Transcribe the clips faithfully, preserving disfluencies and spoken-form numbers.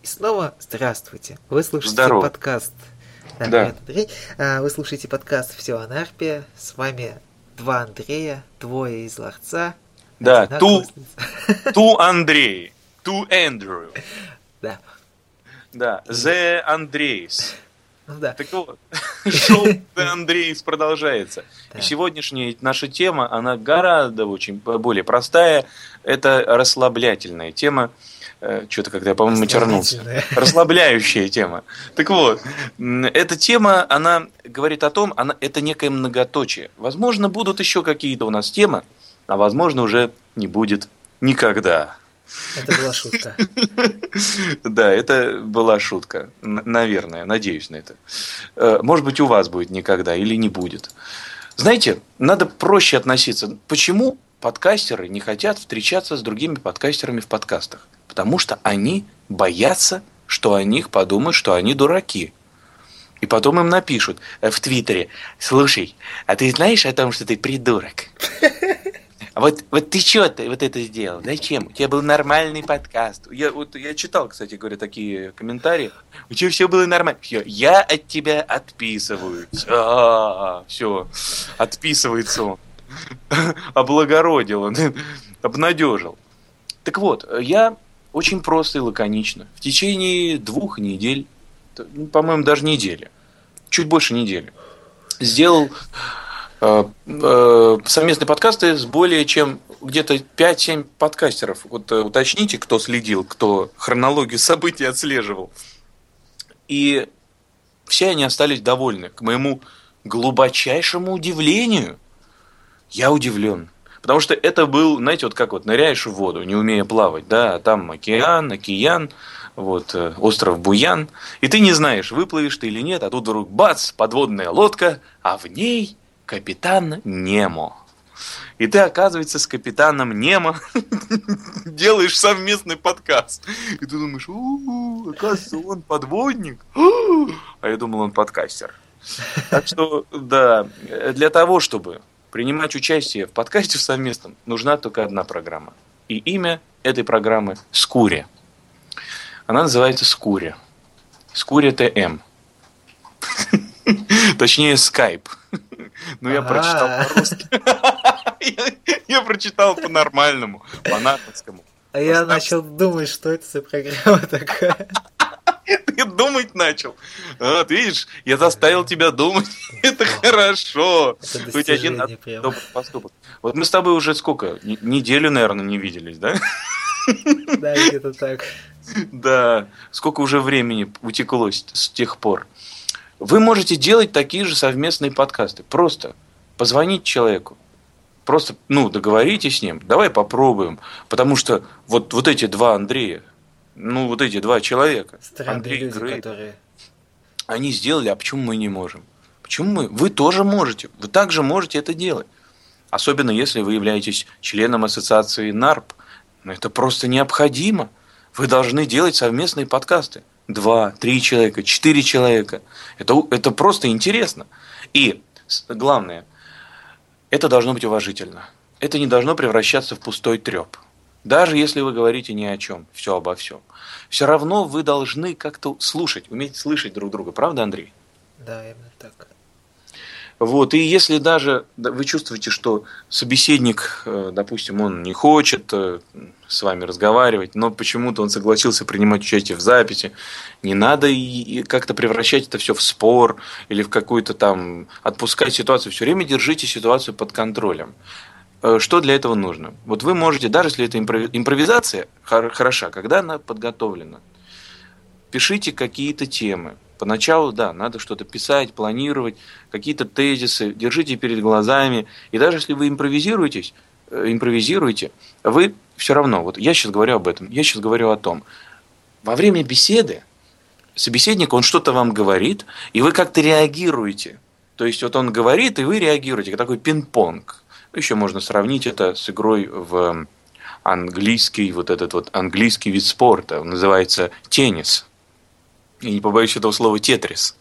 Снова здравствуйте. Вы слушаете Здорово. подкаст. Да, Да. привет, Андрей. А, Вы слушаете подкаст «Все о Нарпе». С вами два Андрея, двое из ларца. Да, одинаковых ту, лиц. ту Андрей, ту Эндрю, Да, да, The Andreys. ну да. Так вот, шоу The Andreys продолжается. Да. И сегодняшняя наша тема, она гораздо очень более простая. Это расслаблятельная тема. Э, Что-то, когда я, по-моему, матернулся. Расслаблятельная. Расслабляющая тема. Так вот, м, эта тема, она говорит о том, она, это некое многоточие. Возможно, будут еще какие-то у нас темы, а возможно, уже не будет никогда. Это была шутка. Да, это была шутка. Н- Наверное, надеюсь на это. Э, Может быть, у вас будет никогда или не будет. Знаете, надо проще относиться. Почему подкастеры не хотят встречаться с другими подкастерами в подкастах? Потому что они боятся, что о них подумают, что они дураки. И потом им напишут э, в Твиттере: слушай, а ты знаешь о том, что ты придурок? А вот, вот ты что ты вот это сделал? Зачем? У тебя был нормальный подкаст. Я, вот, я читал, кстати говоря, такие комментарии. У тебя все было нормально. Всё, я от тебя отписываюсь. Все, отписывается он. Облагородил он, обнадежил. Так вот, я очень просто и лаконично. В течение двух недель, т- ну, по-моему, даже недели, чуть больше недели, сделал э, э, совместные подкасты с более чем где-то пять-семь подкастеров. Вот э, уточните, кто следил, кто хронологию событий отслеживал. И все они остались довольны. К моему глубочайшему удивлению, я удивлен. Потому что это был, знаете, вот как вот ныряешь в воду, не умея плавать, да, а там океан, океан, вот э, остров Буян, и ты не знаешь, выплывешь ты или нет, а тут вдруг бац, подводная лодка, а в ней капитан Немо. И ты, оказывается, с капитаном Немо делаешь совместный подкаст. И ты думаешь: у-у, оказывается, он подводник. А я думал, он подкастер. Так что, да, для того, чтобы принимать участие в подкасте в совместном, нужна только одна программа. И имя этой программы – Скуря. Она называется Скуря. Скуря ТМ. Точнее, Skype. Ну, я прочитал Ага. по-русски. Я- Я прочитал по-нормальному, по-натовскому. А я начал думать, что это за программа такая. Ты думать начал. Вот, видишь, я заставил тебя думать. Это хорошо. Это Хоть один достижение прям. добрый поступок. Вот мы с тобой уже сколько? Н- Неделю, наверное, не виделись, да? Да, где-то так. Да. Сколько уже времени утекло с с тех пор. Вы можете делать такие же совместные подкасты. Просто позвонить человеку. Просто, ну, договоритесь с ним. Давай попробуем. Потому что вот, вот эти два Андрея, ну, вот эти два человека, Странные Андрей люди, Грей, которые... они сделали, а почему мы не можем? Почему мы? Вы тоже можете. Вы также можете это делать. Особенно если вы являетесь членом ассоциации НАРП. Но это просто необходимо. Вы должны делать совместные подкасты. Два, три человека, четыре человека. Это, у- это просто интересно. И с- главное, это должно быть уважительно. Это не должно превращаться в пустой треп. Даже если вы говорите ни о чем, все обо всем. Все равно вы должны как-то слушать, уметь слышать друг друга. Правда, Андрей? Да, именно так. Вот, и если даже да, вы чувствуете, что собеседник, э, допустим, он не хочет э, с вами разговаривать, но почему-то он согласился принимать участие в записи, не надо и и как-то превращать это все в спор или в какую-то там отпускать ситуацию. Все время держите ситуацию под контролем. Э, Что для этого нужно? Вот вы можете, даже если это импрови- импровизация хор- хороша, когда она подготовлена, пишите какие-то темы. Поначалу, да, надо что-то писать, планировать, какие-то тезисы, держите перед глазами. И даже если вы импровизируетесь, э, импровизируете, вы все равно, вот я сейчас говорю об этом, я сейчас говорю о том, во время беседы собеседник, он что-то вам говорит, и вы как-то реагируете. То есть вот он говорит, и вы реагируете, как такой пинг-понг. Еще можно сравнить это с игрой в английский, вот этот вот английский вид спорта, он называется теннис. Я не побоюсь этого слова тетрис.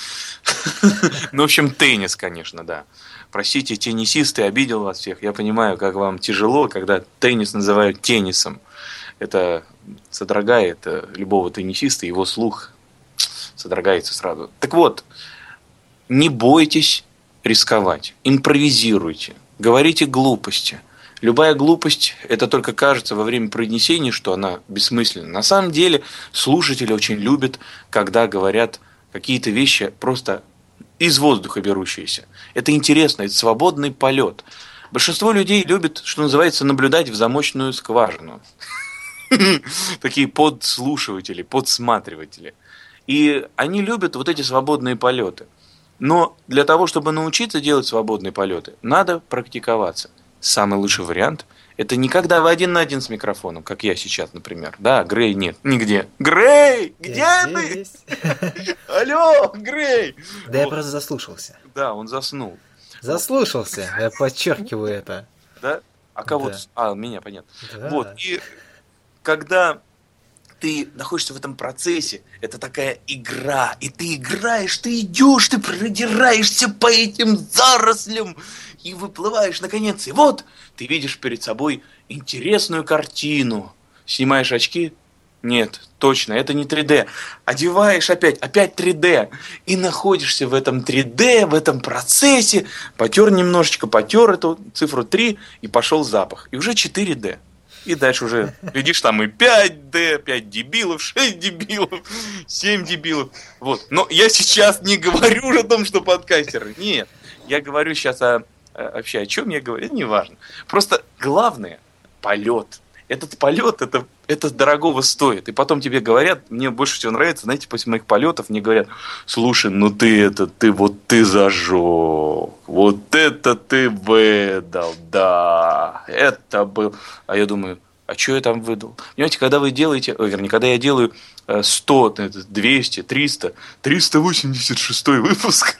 Ну, в общем, теннис, конечно, да. Простите, теннисисты, обидел вас всех. Я понимаю, как вам тяжело, когда теннис называют теннисом. это содрогает любого теннисиста, его слух содрогается сразу. Так вот, не бойтесь рисковать, импровизируйте, говорите глупости. Любая глупость, это только кажется во время произнесения, что она бессмысленна. На самом деле слушатели очень любят, когда говорят какие-то вещи просто из воздуха берущиеся. Это интересно, это свободный полет. Большинство людей любит, что называется, наблюдать в замочную скважину. Такие подслушиватели, подсматриватели. И они любят вот эти свободные полеты. Но для того, чтобы научиться делать свободные полеты, надо практиковаться. Самый лучший вариант – это не когда вы один на один с микрофоном, как я сейчас, например. Да, Грей нет, нигде. Грей, где Я ты? здесь. Алло, Грей! Да я Вот. просто заслушался. Да, он заснул. Заслушался, я подчеркиваю это. Да? А кого? Да. А, меня, понятно. Да. Вот, и когда ты находишься в этом процессе, это такая игра, и ты играешь, ты идешь, ты продираешься по этим зарослям и выплываешь наконец. И вот ты видишь перед собой интересную картину. Снимаешь очки? Нет, точно, это не три дэ. Одеваешь опять, опять три дэ. И находишься в этом три дэ, в этом процессе. Потер немножечко, потер эту цифру три, и пошел запах. И уже четыре дэ. И дальше уже, видишь, там и пять дэ, пять дебилов, шесть дебилов, семь дебилов. Вот. Но я сейчас не говорю уже о том, что подкастеры. Нет, я говорю сейчас о, вообще о чем я говорю, это не важно. Просто главное – полет. Этот полет, это, это дорогого стоит. И потом тебе говорят, мне больше всего нравится, знаете, после моих полетов мне говорят: слушай, ну ты это, ты вот ты зажег, вот это ты выдал, да, это был. А я думаю, а что я там выдал? Понимаете, когда вы делаете, о, вернее, когда я делаю сто, двести, триста, триста восемьдесят шестой выпуск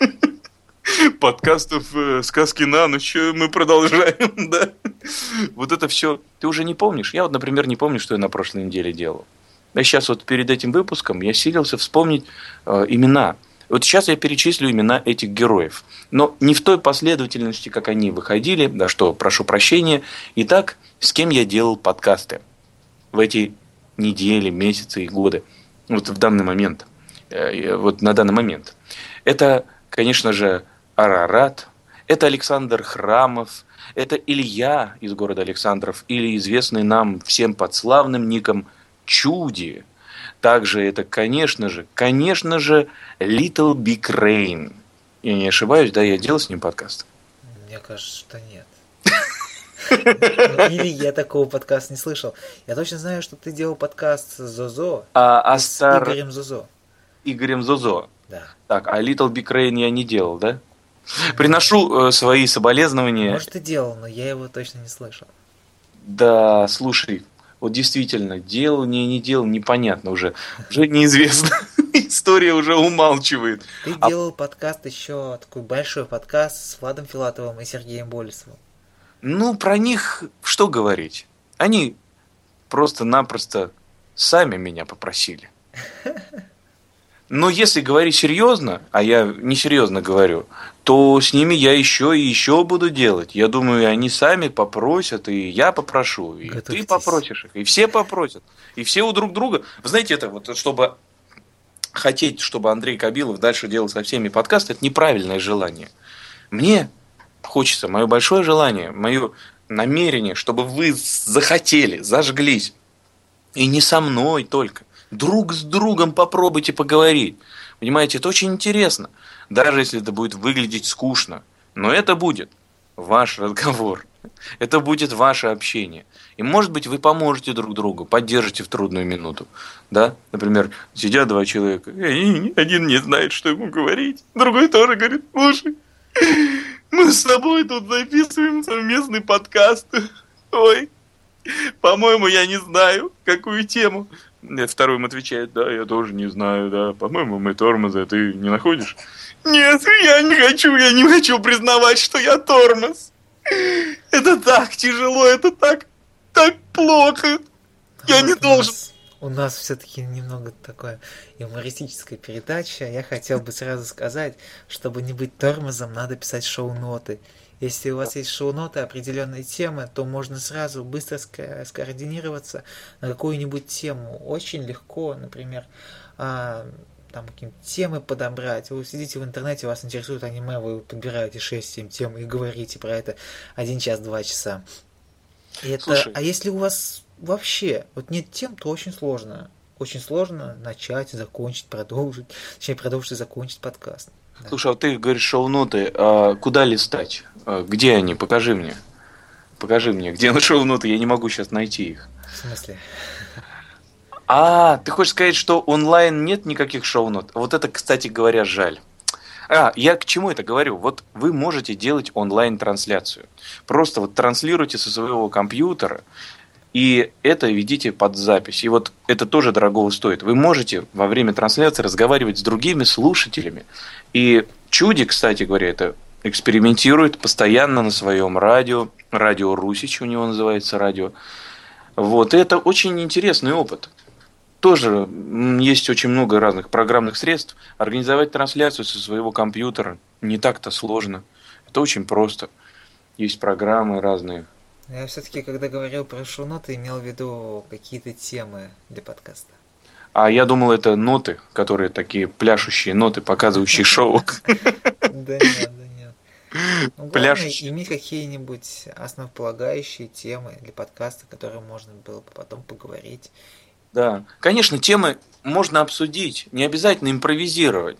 подкастов «Сказки на ночь», мы продолжаем, да. Вот это все ты уже не помнишь. Я вот, например, не помню, что я на прошлой неделе делал. А сейчас вот перед этим выпуском я силился вспомнить э, имена. Вот сейчас я перечислю имена этих героев. Но не в той последовательности, как они выходили, да что, прошу прощения. Итак, с кем я делал подкасты в эти недели, месяцы и годы. Вот в данный момент. Э, вот на данный момент. Это, конечно же, Арарат, это Александр Храмов, это Илья из города Александров, или известный нам всем под славным ником Чуди. Также это, конечно же, конечно же, Little Big Rain. Я не ошибаюсь, да, я делал с ним подкаст? Мне кажется, что нет. Или я такого подкаста не слышал. Я точно знаю, что ты делал подкаст с Зозо. А, а с стар... Игорем Зозо. Игорем Зозо. Да. Так, а Little Big Rain я не делал, да? Приношу э, свои соболезнования. Может, ты делал, но я его точно не слышал. Да, слушай, вот действительно, делал, не, не делал, непонятно уже. Уже неизвестно. История уже умалчивает. Ты а... делал подкаст еще, такой большой подкаст с Владом Филатовым и Сергеем Болесовым. Ну, про них что говорить? Они просто-напросто сами меня попросили. Но если говорить серьезно, а я несерьезно говорю, то с ними я еще и еще буду делать. Я думаю, они сами попросят, и я попрошу, и Готовьтесь. Ты попросишь их, и все попросят, и все у друг друга. Вы знаете, это вот, чтобы хотеть, чтобы Андрей Кабилов дальше делал со всеми подкасты, это неправильное желание. Мне хочется, мое большое желание, мое намерение, чтобы вы захотели, зажглись, и не со мной только. Друг с другом попробуйте поговорить. Понимаете, это очень интересно. Даже если это будет выглядеть скучно. Но это будет ваш разговор. Это будет ваше общение. И, может быть, вы поможете друг другу, поддержите в трудную минуту. Да? Например, сидят два человека, и один не знает, что ему говорить. Другой тоже говорит: слушай, мы с тобой тут записываем совместный подкаст. Ой, по-моему, я не знаю, какую тему. Второй им отвечает: да, я тоже не знаю, да, по-моему, мы тормозы, ты не находишь? Нет, я не хочу, я не хочу признавать, что я тормоз. Это так тяжело, это так, так плохо. Я Вот не у должен. Нас, у нас все-таки немного такая юмористическая передача. Я хотел бы сразу сказать, чтобы не быть тормозом, надо писать шоу-ноты. Если у вас есть шоу-ноты определенной темы, то можно сразу быстро ска- скоординироваться на какую-нибудь тему. Очень легко, например, а, там какие-нибудь темы подобрать. Вы сидите в интернете, вас интересует аниме, вы подбираете шесть-семь тем и говорите про это один час, два часа. И это, Слушай, а если у вас вообще вот нет тем, то очень сложно. Очень сложно начать, закончить, продолжить. Точнее, продолжить и закончить подкаст. Да. слушай, а вот ты говоришь шоу-ноты, а куда листать? А где они? Покажи мне. Покажи мне, где шоу-ноты, я не могу сейчас найти их. В смысле? А, ты хочешь сказать, что онлайн нет никаких шоу-нот? Вот это, кстати говоря, жаль. А, я к чему это говорю? Вот вы можете делать онлайн-трансляцию. Просто вот транслируйте со своего компьютера, и это ведите под запись. И вот это тоже дорогого стоит. Вы можете во время трансляции разговаривать с другими слушателями. И Чуди, кстати говоря, это экспериментирует постоянно на своем радио. Радио Русич у него называется радио. Вот, и это очень интересный опыт. Тоже м, есть очень много разных программных средств. Организовать трансляцию со своего компьютера не так-то сложно. Это очень просто. Есть программы разные. Я все-таки, когда говорил про шоу-ноты, имел в виду какие-то темы для подкаста. А я думал, это ноты, которые такие пляшущие ноты, показывающие шоу. Да нет, да нет. Ну, главное, Пляшущие. иметь какие-нибудь основополагающие темы для подкаста, которые можно было бы потом поговорить. Да. Конечно, темы можно обсудить, не обязательно импровизировать.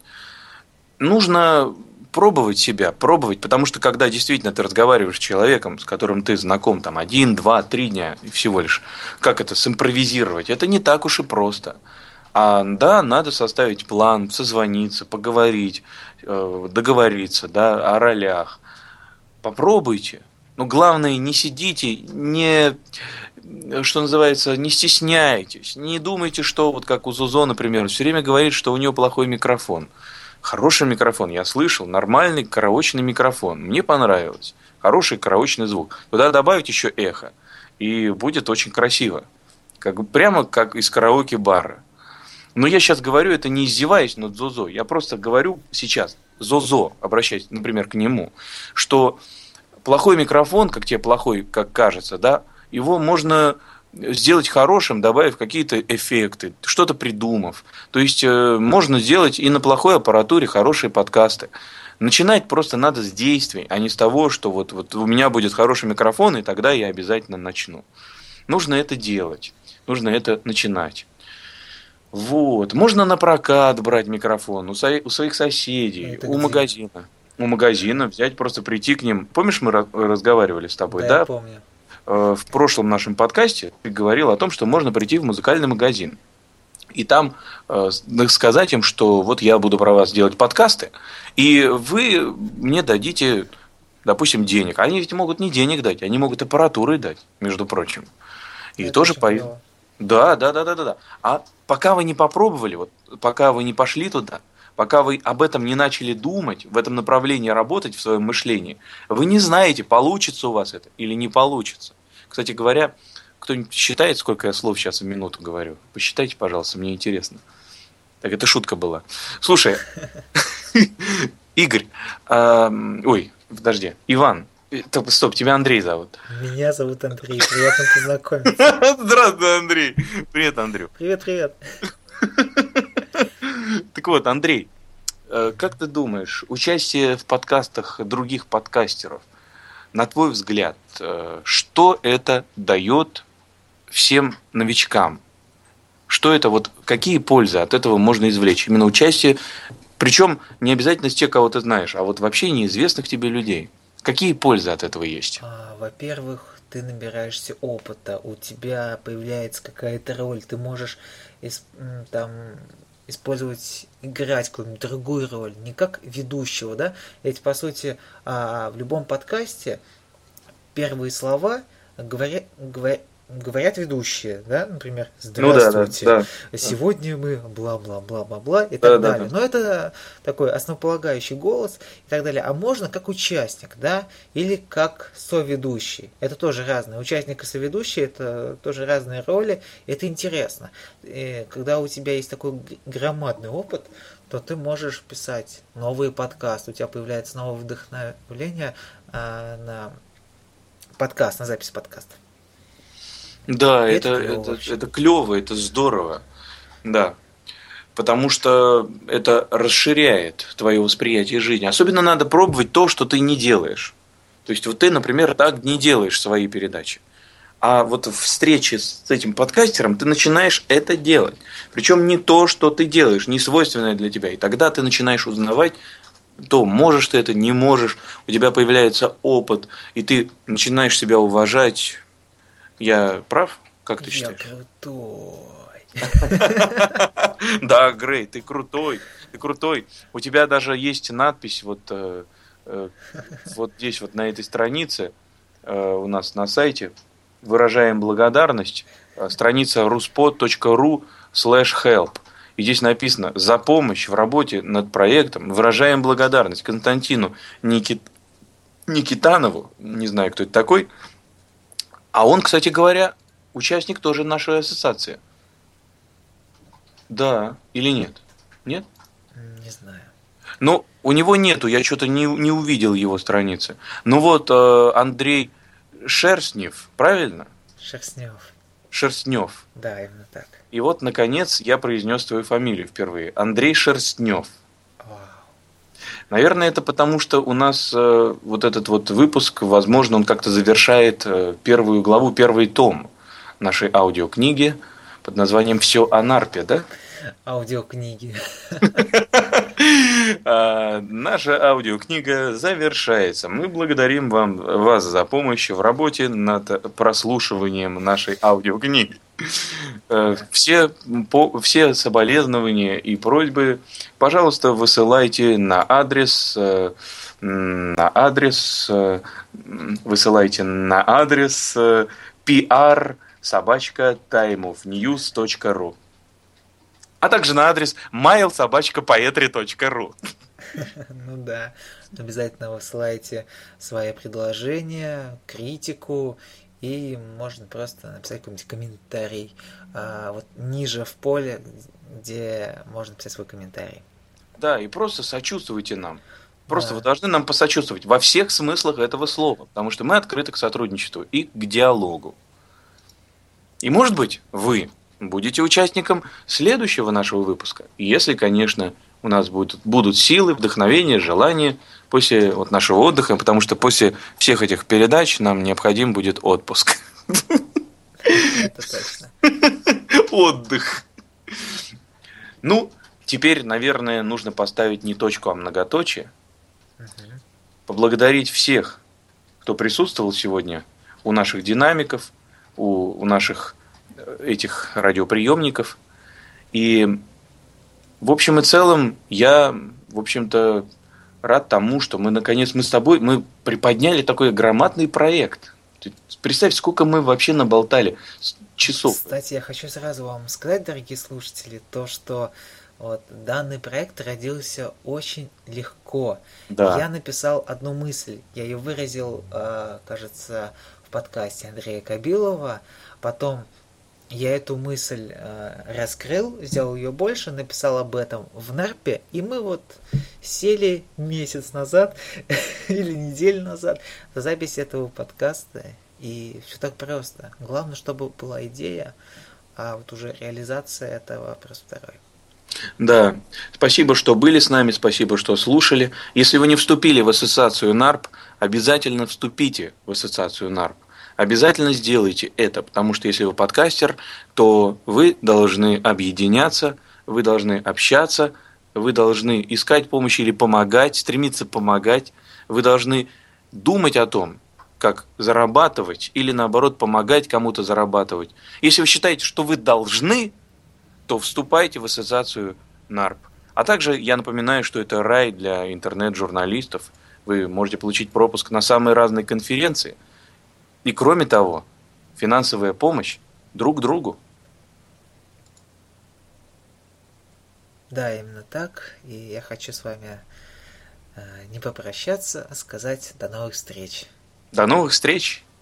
Нужно пробовать себя, пробовать, потому что когда действительно ты разговариваешь с человеком, с которым ты знаком там один, два, три дня всего лишь, как это симпровизировать, это не так уж и просто. А да, надо составить план, созвониться, поговорить, э, договориться, да, о ролях. Попробуйте. Но главное, не сидите, не, что называется, не стесняйтесь, не думайте, что вот как у Зузо, например, все время говорит, что у нее плохой микрофон. Хороший микрофон, я слышал, нормальный караочный микрофон, мне понравилось. Хороший караочный звук. Туда добавить еще эхо, и будет очень красиво. Как, бы прямо как из караоке-бара. Но я сейчас говорю, это не издеваясь над Зозо, я просто говорю сейчас, Зозо, обращаясь, например, к нему, что плохой микрофон, как тебе плохой, как кажется, да, его можно сделать хорошим, добавив какие-то эффекты, что-то придумав. То есть э, можно сделать и на плохой аппаратуре хорошие подкасты. Начинать просто надо с действий, а не с того, что вот, вот у меня будет хороший микрофон, и тогда я обязательно начну. Нужно это делать, нужно это начинать. Вот. Можно на прокат брать микрофон у, со- у своих соседей, Это у где? магазина. У магазина взять, просто прийти к ним. Помнишь, мы ra- разговаривали с тобой, Да, я да? помню. Э, В прошлом нашем подкасте ты говорил о том, что можно прийти в музыкальный магазин. И там э, с- сказать им, что вот я буду про вас делать подкасты, и вы мне дадите, допустим, денег. Они ведь могут не денег дать, они могут аппаратуры дать, между прочим. И Это тоже очень по... клево. Да, да, да, да, да, да. А пока вы не попробовали, вот пока вы не пошли туда, пока вы об этом не начали думать, в этом направлении работать в своем мышлении, вы не знаете, получится у вас это или не получится. Кстати говоря, кто-нибудь считает, сколько я слов сейчас в минуту говорю? Посчитайте, пожалуйста, мне интересно. Так, это шутка была. Слушай, Игорь, а, ой, подожди, Иван, э, топ- стоп, тебя Андрей зовут. Меня зовут Андрей, приятно познакомиться. Здравствуй, Андрей. Привет, Андрю. Привет, привет. Так вот, Андрей, э, как ты думаешь, участие в подкастах других подкастеров, на твой взгляд, э, что это дает всем новичкам? Что это, вот какие пользы от этого можно извлечь? Именно участие, причем не обязательно с тех, кого ты знаешь, а вот вообще неизвестных тебе людей. Какие пользы от этого есть? А, Во-первых, ты набираешься опыта, у тебя появляется какая-то роль, ты можешь ис- м, там использовать, играть какую-нибудь другую роль, не как ведущего, да? Ведь по сути а, в любом подкасте первые слова говоря- говоря- говорят ведущие, да, например, Ну да, да, здравствуйте, да. сегодня мы бла-бла-бла-бла-бла и Да, так да, далее. да. Но это такой основополагающий голос и так далее. А можно как участник, да, или как соведущий. Это тоже разное. Участник и соведущий это тоже разные роли. Это интересно. И когда у тебя есть такой г- громадный опыт, то ты можешь писать новые подкасты, у тебя появляется новое вдохновление а, на подкаст, на запись подкаста. Да, И это, это клево это, вообще. это клево, это здорово. Да. Потому что это расширяет твое восприятие жизни. Особенно надо пробовать то, что ты не делаешь. То есть вот ты, например, так не делаешь свои передачи. А вот в встрече с этим подкастером ты начинаешь это делать. Причем не то, что ты делаешь, не свойственное для тебя. И тогда ты начинаешь узнавать, то можешь ты это, не можешь. У тебя появляется опыт, и ты начинаешь себя уважать. Я прав? Как ты Я считаешь? крутой. Да, Грей, ты крутой, ты крутой. У тебя даже есть надпись вот, э, э, вот здесь вот на этой странице э, у нас на сайте. Выражаем благодарность. Э, Страница ruspod.ru slash help. И здесь написано: за помощь в работе над проектом выражаем благодарность Константину Никит... Никитанову, не знаю, кто это такой. А он, кстати говоря, участник тоже нашей ассоциации. Да, или нет? Нет? Не знаю. Ну, у него нету, я что-то не, не увидел его страницы. Ну вот, э, Андрей Шерстнев, правильно? Шерстнев. Шерстнев. Да, именно так. И вот, наконец, я произнес твою фамилию впервые. Андрей Шерстнев. Вау. Наверное, это потому, что у нас э, вот этот вот выпуск, возможно, он как-то завершает э, первую главу, первый том нашей аудиокниги под названием «Все о Нарпе», да? Аудиокниги. А, Наша аудиокнига завершается. Мы благодарим вам, вас за помощь в работе над прослушиванием нашей аудиокниги. Э, Все, по- все соболезнования и просьбы, пожалуйста, высылайте на адрес, э, м, на адрес, э, м, высылайте на адрес э, пи ар собачка таймофньюз точка ру, а также на адрес mail собачка поэтри точка ру. Ну да. Обязательно высылайте свои предложения, критику, и можно просто написать какой-нибудь комментарий а, вот ниже в поле, где можно писать свой комментарий. Да, и просто сочувствуйте нам. Просто вы Да, должны нам посочувствовать во всех смыслах этого слова, потому что мы открыты к сотрудничеству и к диалогу. И, может быть, вы будете участником следующего нашего выпуска, если, конечно, у нас будут, будут силы, вдохновение, желание после вот нашего отдыха, потому что после всех этих передач нам необходим будет отпуск. это точно. Отдых. Ну, теперь, наверное, нужно поставить не точку, а многоточие. Мгм. Поблагодарить всех, кто присутствовал сегодня у наших динамиков, у, у наших э, этих радиоприемников. И в общем и целом я, в общем-то, рад тому, что мы наконец мы с тобой мы приподняли такой громадный проект. Ты представь, сколько мы вообще наболтали с- часов. Кстати, я хочу сразу вам сказать, дорогие слушатели, то, что вот данный проект родился очень легко. Да, Я написал одну мысль, я ее выразил, э, кажется, в подкасте Андрея Кабилова, потом я эту мысль э, раскрыл, сделал ее больше, написал об этом в Нарпе, и мы вот сели месяц назад или неделю назад за запись этого подкаста, и все так просто. Главное, чтобы была идея, а вот уже реализация этого вопрос второй. да. Спасибо, что были с нами, спасибо, что слушали. Если вы не вступили в ассоциацию НАРП, обязательно вступите в ассоциацию НАРП. Обязательно сделайте это, потому что если вы подкастер, то вы должны объединяться, вы должны общаться, вы должны искать помощь или помогать, стремиться помогать, вы должны думать о том, как зарабатывать или наоборот помогать кому-то зарабатывать. Если вы считаете, что вы должны, то вступайте в ассоциацию НАРП. А также я напоминаю, что это рай для интернет-журналистов. Вы можете получить пропуск на самые разные конференции. И кроме того, финансовая помощь друг другу. Да, именно так. И я хочу с вами э, не попрощаться, а сказать до новых встреч. До новых встреч!